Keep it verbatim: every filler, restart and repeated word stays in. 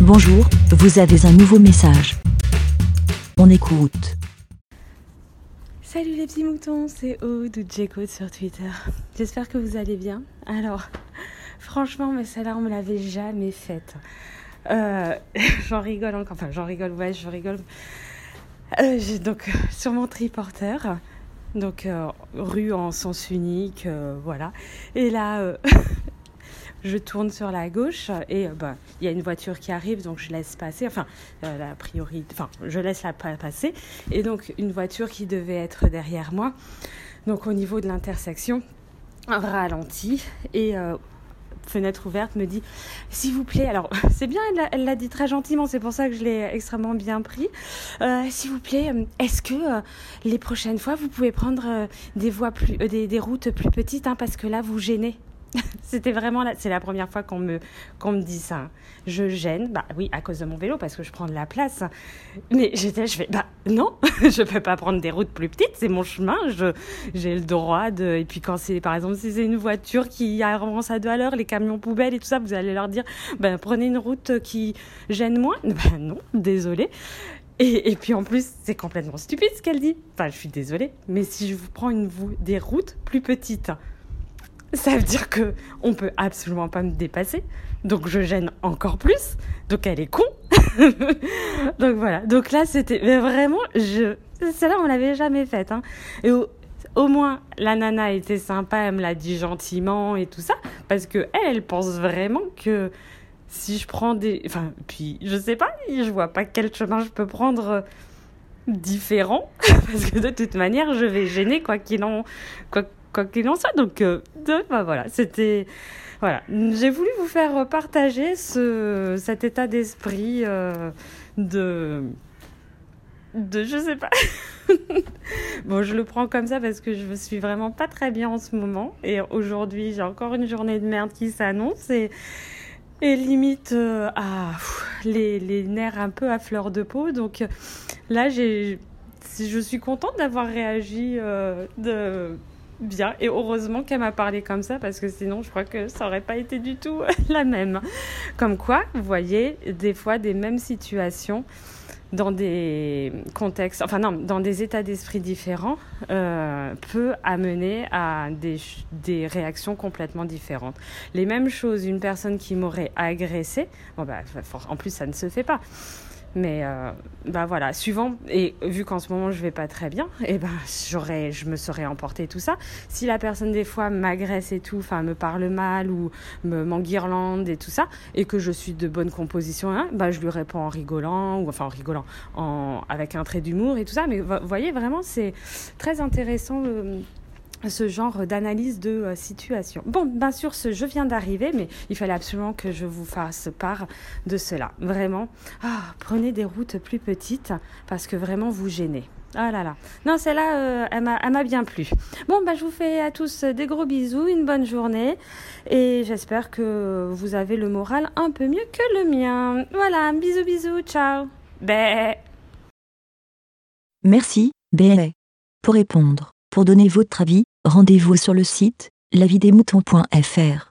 Bonjour, vous avez un nouveau message. On écoute. Salut les petits moutons, c'est Aude ou J-Code sur Twitter. J'espère que vous allez bien. Alors, franchement, mais celle-là, on me l'avait jamais faite. Euh, j'en rigole encore, enfin j'en rigole, ouais, je rigole. Euh, j'ai donc sur mon triporteur, donc euh, rue en sens unique, euh, voilà. Et là, euh, je tourne sur la gauche et euh, bah il y a une voiture qui arrive, donc je laisse passer. Enfin, euh, la priorité, enfin je laisse la passer. Et donc une voiture qui devait être derrière moi. Donc au niveau de l'intersection, ralenti et euh, fenêtre ouverte, me dit s'il vous plaît, alors c'est bien, elle l'a, elle l'a dit très gentiment, c'est pour ça que je l'ai extrêmement bien pris, euh, s'il vous plaît, est-ce que euh, les prochaines fois vous pouvez prendre euh, des voies plus, euh, des, des routes plus petites, hein, parce que là vous gênez. C'était vraiment là, c'est la première fois qu'on me, qu'on me dit ça. Je gêne, bah oui, à cause de mon vélo, parce que je prends de la place. Mais j'étais, je fais, bah non, je peux pas prendre des routes plus petites, c'est mon chemin, je, j'ai le droit de. Et puis quand c'est, par exemple, si c'est une voiture qui avance à deux à l'heure, les camions poubelles et tout ça, vous allez leur dire, bah prenez une route qui gêne moins. Bah non, désolé. Et, et puis en plus, c'est complètement stupide ce qu'elle dit. Enfin, je suis désolée, mais si je vous prends une, des routes plus petites, ça veut dire que on peut absolument pas me dépasser. Donc je gêne encore plus. Donc elle est con. Donc voilà. Donc là, c'était mais vraiment, je, celle-là, on l'avait jamais faite. Hein. Et au, au moins, la nana était sympa, elle me l'a dit gentiment et tout ça. Parce que elle, elle pense vraiment que si je prends des... Enfin, puis je sais pas, je vois pas quel chemin je peux prendre différent. Parce que de toute manière, je vais gêner quoi qu'il en... Quoi quoi qu'il en soit, donc euh, de, bah voilà, c'était voilà, j'ai voulu vous faire partager ce cet état d'esprit euh, de de je sais pas. Bon, je le prends comme ça parce que je me suis vraiment pas très bien en ce moment et aujourd'hui j'ai encore une journée de merde qui s'annonce et et limite euh, ah, les les nerfs un peu à fleur de peau, donc là j'ai je suis contente d'avoir réagi euh, de bien, et heureusement qu'elle m'a parlé comme ça, parce que sinon je crois que ça aurait pas été du tout la même. Comme quoi, vous voyez, des fois des mêmes situations dans des contextes, enfin non, dans des états d'esprit différents, euh, peut amener à des, des réactions complètement différentes. Les mêmes choses, une personne qui m'aurait agressée, bon bah, en plus ça ne se fait pas. Mais euh, bah voilà, suivant, et vu qu'en ce moment je vais pas très bien, et ben j'aurais, je me serais emportée tout ça. Si la personne des fois m'agresse et tout, enfin me parle mal ou me m'enguirlande et tout ça, et que je suis de bonne composition, hein, bah je lui réponds en rigolant ou enfin en rigolant, en avec un trait d'humour et tout ça. Mais vous voyez vraiment, c'est très intéressant. Euh, ce genre d'analyse de euh, situation. Bon, bien sûr, ce, je viens d'arriver, mais il fallait absolument que je vous fasse part de cela. Vraiment, ah, prenez des routes plus petites parce que vraiment vous gênez. Ah là là. Non, celle-là, euh, elle, m'a, elle m'a bien plu. Bon, bah, je vous fais à tous des gros bisous, une bonne journée et j'espère que vous avez le moral un peu mieux que le mien. Voilà, bisous, bisous, ciao. Bé. Merci, Bé. Pour répondre, pour donner votre avis, rendez-vous sur le site la vie des moutons point f r.